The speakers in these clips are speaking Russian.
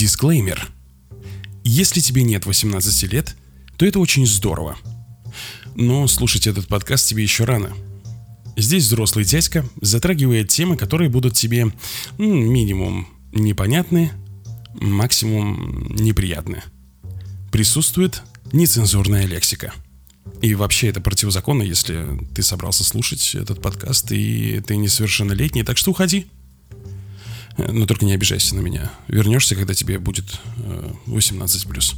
Дисклеймер. Если тебе нет 18 лет, то это очень здорово. Но слушать этот подкаст тебе еще рано. Здесь взрослый дядька затрагивает темы, которые будут тебе минимум непонятны, максимум неприятны. Присутствует нецензурная лексика. И вообще это противозаконно, если ты собрался слушать этот подкаст и ты несовершеннолетний, так что уходи. Но только не обижайся на меня. Вернешься, когда тебе будет 18+.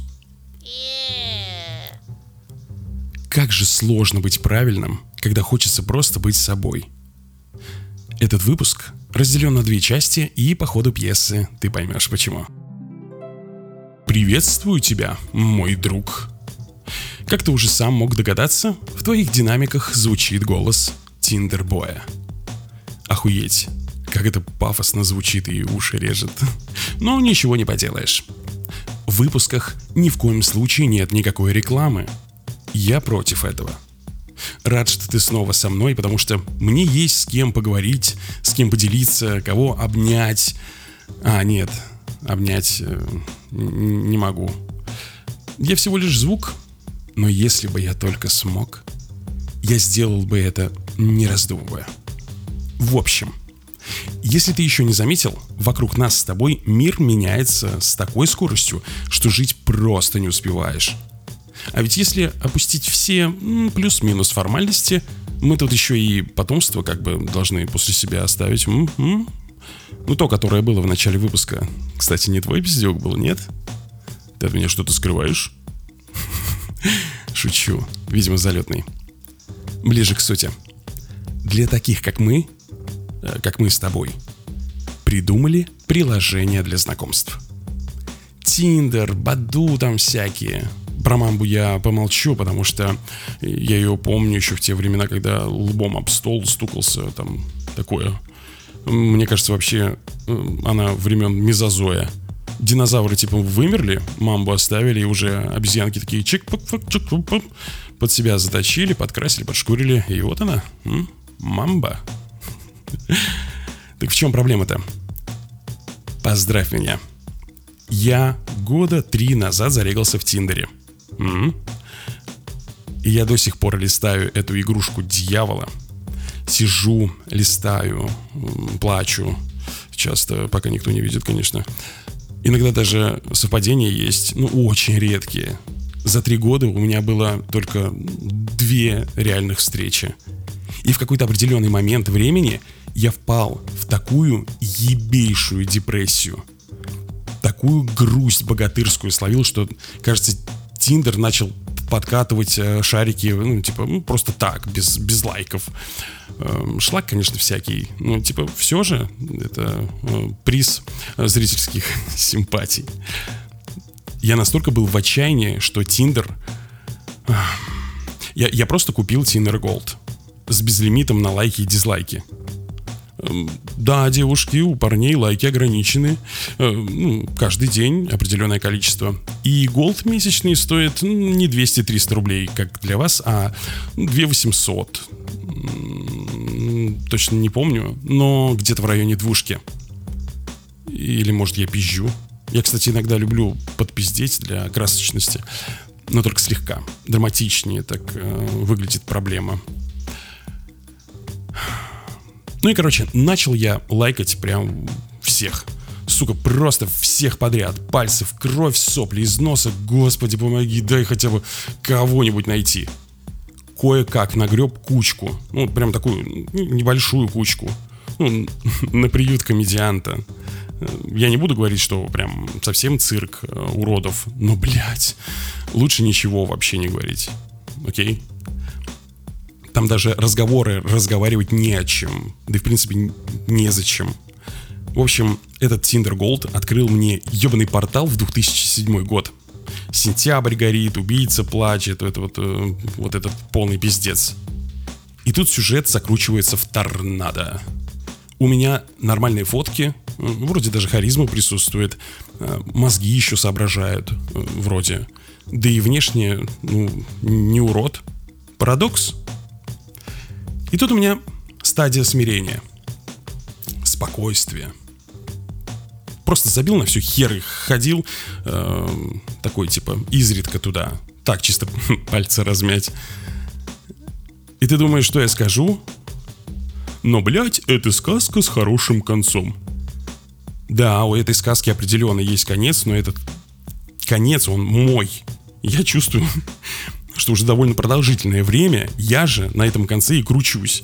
Как же сложно быть правильным, когда хочется просто быть собой. Этот выпуск разделен на 2 части, и по ходу пьесы ты поймешь почему. Приветствую тебя, мой друг. Как ты уже сам мог догадаться, в твоих динамиках звучит голос Тиндер-боя. Охуеть, как это пафосно звучит и уши режет. Но ничего не поделаешь. В выпусках ни в коем случае нет никакой рекламы. Я против этого. Рад, что ты снова со мной, потому что мне есть с кем поговорить, с кем поделиться, кого обнять. Нет, обнять не могу. Я всего лишь звук, но если бы я только смог, я сделал бы это не раздумывая. В общем, если ты еще не заметил, вокруг нас с тобой мир меняется с такой скоростью, что жить просто не успеваешь. А ведь если опустить все плюс-минус формальности, мы тут еще и потомство как бы должны после себя оставить. Ну, то, которое было в начале выпуска. Кстати, не твой пиздюк был, нет? Ты от меня что-то скрываешь? Шучу. Видимо, залетный. Ближе к сути. Для таких, как мы с тобой, придумали приложения для знакомств. Тиндер, Баду там всякие. Про Мамбу я помолчу, потому что я ее помню еще в те времена, когда лбом об стол стукался, там такое. Мне кажется, вообще она времен мезозоя. Динозавры типа вымерли, Мамбу оставили, и уже обезьянки такие чик-пук-пук, под себя заточили, подкрасили, подшкурили, и вот она, Мамба. Так в чем проблема-то? Поздравь меня. Я 3 года назад зарегался в Тиндере. И я до сих пор листаю эту игрушку дьявола. Сижу, листаю, плачу. Часто, пока никто не видит, конечно. Иногда даже совпадения есть, очень редкие. За 3 года у меня было только 2 реальных встречи. И в какой-то определенный момент времени я впал в такую ебейшую депрессию, такую грусть богатырскую словил, что, кажется, Тиндер начал подкатывать шарики, просто так, без лайков. Шлак, конечно, всякий. Все же это приз зрительских симпатий. Я настолько был в отчаянии, что Тиндер... Я просто купил Tinder Gold с безлимитом на лайки и дизлайки. Да, девушки, у парней лайки ограничены. Каждый день определенное количество. И Gold месячный стоит не 200-300 рублей, как для вас, а 2800. Точно не помню, но где-то в районе 2. Или, может, я пизжу. Я, кстати, иногда люблю подпиздеть для красочности, но только слегка. Драматичнее так выглядит проблема. Начал я лайкать прям всех. Сука, просто всех подряд. Пальцы в кровь, сопли из носа. Господи, помоги, дай хотя бы кого-нибудь найти. Кое-как нагреб кучку. Прям такую небольшую кучку. На приют комедианта. Я не буду говорить, что прям совсем цирк уродов. Но, блядь, лучше ничего вообще не говорить. Окей? Там даже разговаривать не о чем. Да и в принципе незачем. В общем, этот Tinder Gold открыл мне ебаный портал в 2007 год. Сентябрь горит, убийца плачет, это вот этот полный пиздец. И тут сюжет закручивается в торнадо. У меня нормальные фотки, вроде даже харизма присутствует, мозги еще соображают, вроде. Да и внешне, не урод. Парадокс? И тут у меня стадия смирения. Спокойствие. просто забил на все хер и ходил такой, типа, изредка туда. Так, чисто пальцы размять. И ты думаешь, что я скажу? Но, блядь, это сказка с хорошим концом. Да, у этой сказки определенно есть конец, но этот конец, он мой. Я чувствую, что уже довольно продолжительное время я же на этом конце и кручусь.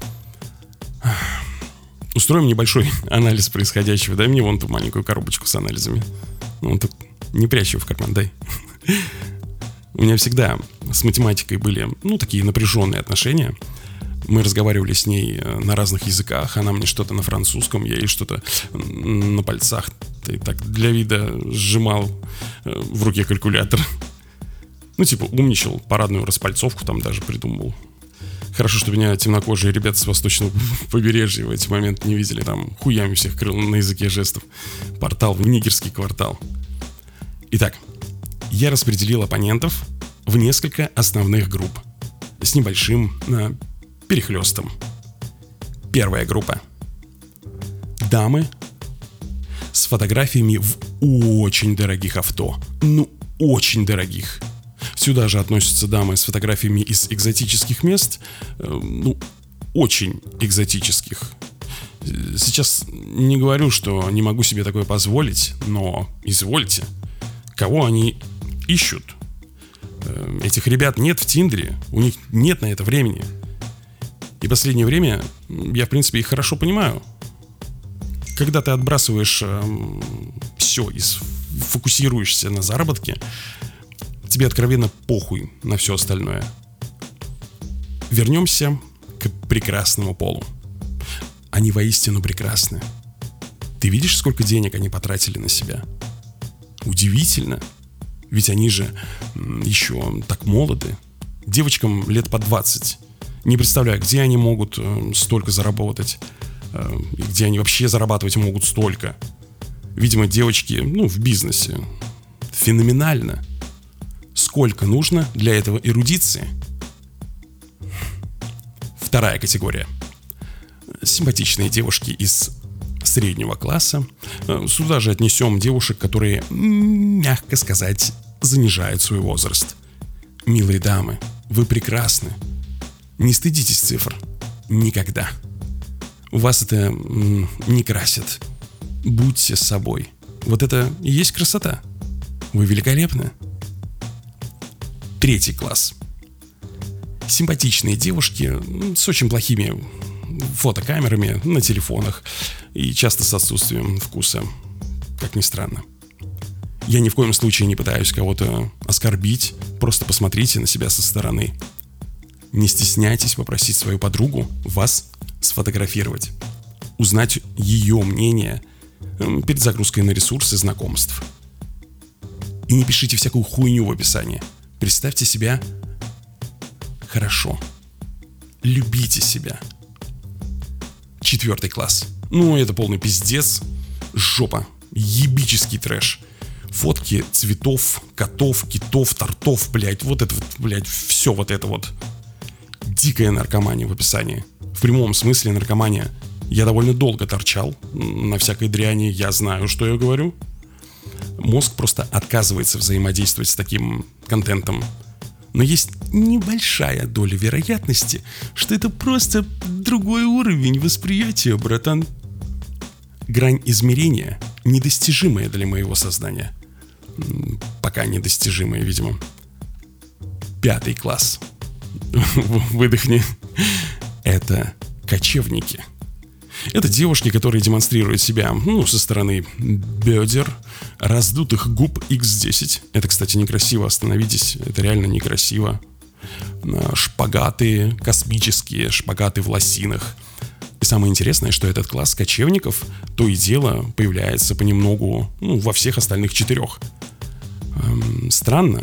Устроим небольшой анализ происходящего. Дай мне вон ту маленькую коробочку с анализами. Ну, тут не прячь ее в карман, дай. У меня всегда с математикой были, такие напряженные отношения. Мы разговаривали с ней на разных языках. Она мне что-то на французском, я ей что-то на пальцах. И так для вида сжимал в руке калькулятор. Умничал, парадную распальцовку там даже придумывал. Хорошо, что меня темнокожие ребята с восточного побережья в эти моменты не видели. Там хуями всех крыл на языке жестов. Портал в нигерский квартал. Итак, я распределил оппонентов в несколько основных групп с небольшим перехлестом. Первая группа. Дамы с фотографиями в очень дорогих авто. Очень дорогих. Сюда же относятся дамы с фотографиями из экзотических мест. Очень экзотических. Сейчас не говорю, что не могу себе такое позволить, но извольте. Кого они ищут? Этих ребят нет в Тиндере. У них нет на это времени. И в последнее время я, в принципе, их хорошо понимаю. Когда ты отбрасываешь все и фокусируешься на заработке, тебе откровенно похуй на все остальное. Вернемся к прекрасному полу. Они воистину прекрасны. Ты видишь, сколько денег они потратили на себя? Удивительно. Ведь они же еще так молоды. Девочкам лет по 20. Не представляю, где они могут столько заработать. Где они вообще зарабатывать могут столько. Видимо, девочки, в бизнесе. Феноменально. Сколько нужно для этого эрудиции? Вторая категория. Симпатичные девушки из среднего класса. Сюда же отнесем девушек, которые, мягко сказать, занижают свой возраст. Милые дамы, вы прекрасны. Не стыдитесь цифр. Никогда. Вас это не красит. Будьте собой. Вот это и есть красота. Вы великолепны. Третий класс. Симпатичные девушки с очень плохими фотокамерами на телефонах и часто с отсутствием вкуса, как ни странно. Я ни в коем случае не пытаюсь кого-то оскорбить, просто посмотрите на себя со стороны. Не стесняйтесь попросить свою подругу вас сфотографировать, узнать ее мнение перед загрузкой на ресурсы знакомств. И не пишите всякую хуйню в описании. Представьте себя хорошо. Любите себя. Четвертый класс. Это полный пиздец. Жопа. Ебический трэш. Фотки цветов, котов, китов, тортов, блядь. Вот это вот, блядь, все вот это вот. Дикая наркомания в описании. В прямом смысле наркомания. Я довольно долго торчал на всякой дряни. Я знаю, что я говорю. Мозг просто отказывается взаимодействовать с таким контентом. Но есть небольшая доля вероятности, что это просто другой уровень восприятия, братан. Грань измерения недостижимая для моего сознания. Пока недостижимая, видимо. Пятый класс. Выдохни. Это кочевники. Это девушки, которые демонстрируют себя, со стороны бедер, раздутых губ X10. Это, кстати, некрасиво, остановитесь, это реально некрасиво. Шпагаты космические, шпагаты в лосинах. И самое интересное, что этот класс кочевников то и дело появляется понемногу во всех остальных 4. Странно.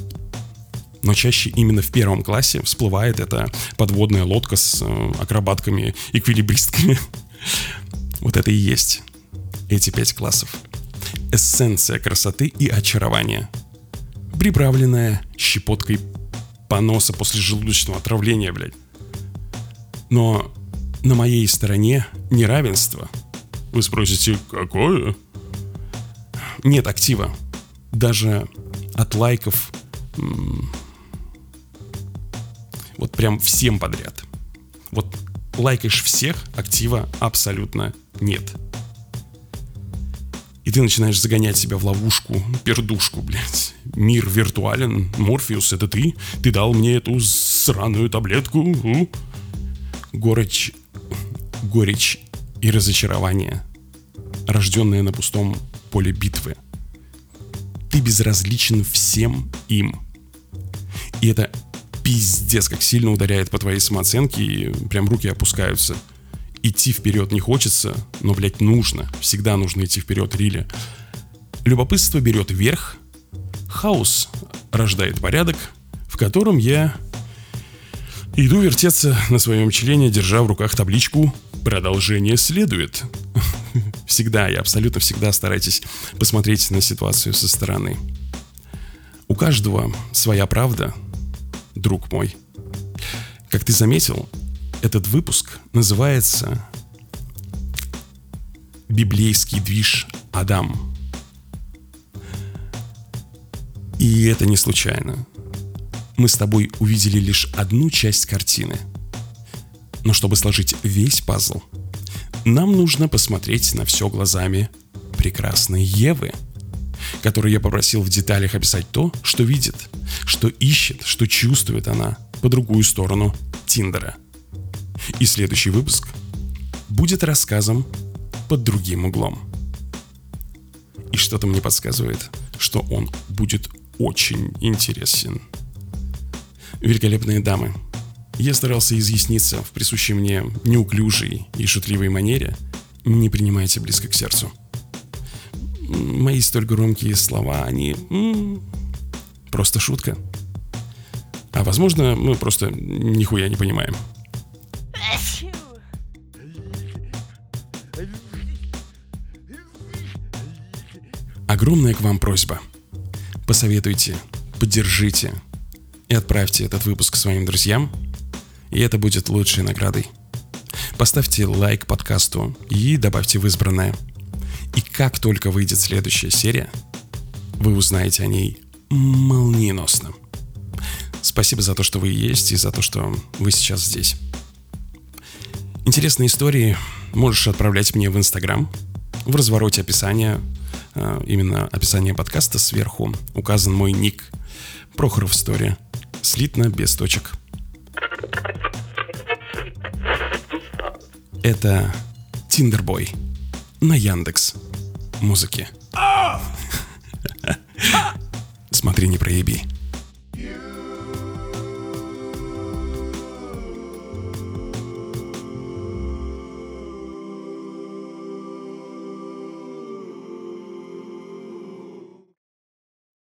Но чаще именно в первом классе всплывает эта подводная лодка с акробатками-эквилибристками. Вот это и есть эти 5 классов. Эссенция красоты и очарования, приправленная щепоткой поноса после желудочного отравления, блядь. Но на моей стороне неравенство. Вы спросите, какое? Нет актива. Даже от лайков. Вот прям всем подряд. Вот лайкаешь всех, актива абсолютно нет. И ты начинаешь загонять себя в ловушку, пердушку, блядь. Мир виртуален, Морфеус, это ты? Ты дал мне эту сраную таблетку? Горечь и разочарование, рожденное на пустом поле битвы. Ты безразличен всем им. И это пиздец как сильно ударяет по твоей самооценке, и прям руки опускаются. Идти вперед не хочется, но, блядь, нужно. Всегда нужно идти вперед, Рили. Любопытство берет верх. Хаос рождает порядок, в котором я иду вертеться на своем члене, держа в руках табличку «Продолжение следует». Всегда, я абсолютно всегда старайтесь посмотреть на ситуацию со стороны. У каждого своя правда, друг мой. Как ты заметил, этот выпуск называется «Библейский движ Адам». И это не случайно. Мы с тобой увидели лишь одну часть картины. Но чтобы сложить весь пазл, нам нужно посмотреть на все глазами прекрасной Евы, которую я попросил в деталях описать то, что видит, что ищет, что чувствует она по другую сторону Тиндера. И следующий выпуск будет рассказом под другим углом. И что-то мне подсказывает, что он будет очень интересен. Великолепные дамы, я старался изъясниться в присущей мне неуклюжей и шутливой манере. Не принимайте близко к сердцу. Мои столь громкие слова, они просто шутка. А возможно, мы просто нихуя не понимаем. Огромная к вам просьба. Посоветуйте, поддержите и отправьте этот выпуск своим друзьям, и это будет лучшей наградой. Поставьте лайк подкасту и добавьте в избранное. И как только выйдет следующая серия, вы узнаете о ней молниеносно. Спасибо за то, что вы есть, и за то, что вы сейчас здесь. Интересные истории можешь отправлять мне в Инстаграм. В развороте описания, именно описание подкаста, сверху указан мой ник Прохоров Story. Слитно, без точек. Это Тиндербой на Яндекс Музыке. Смотри, не проеби.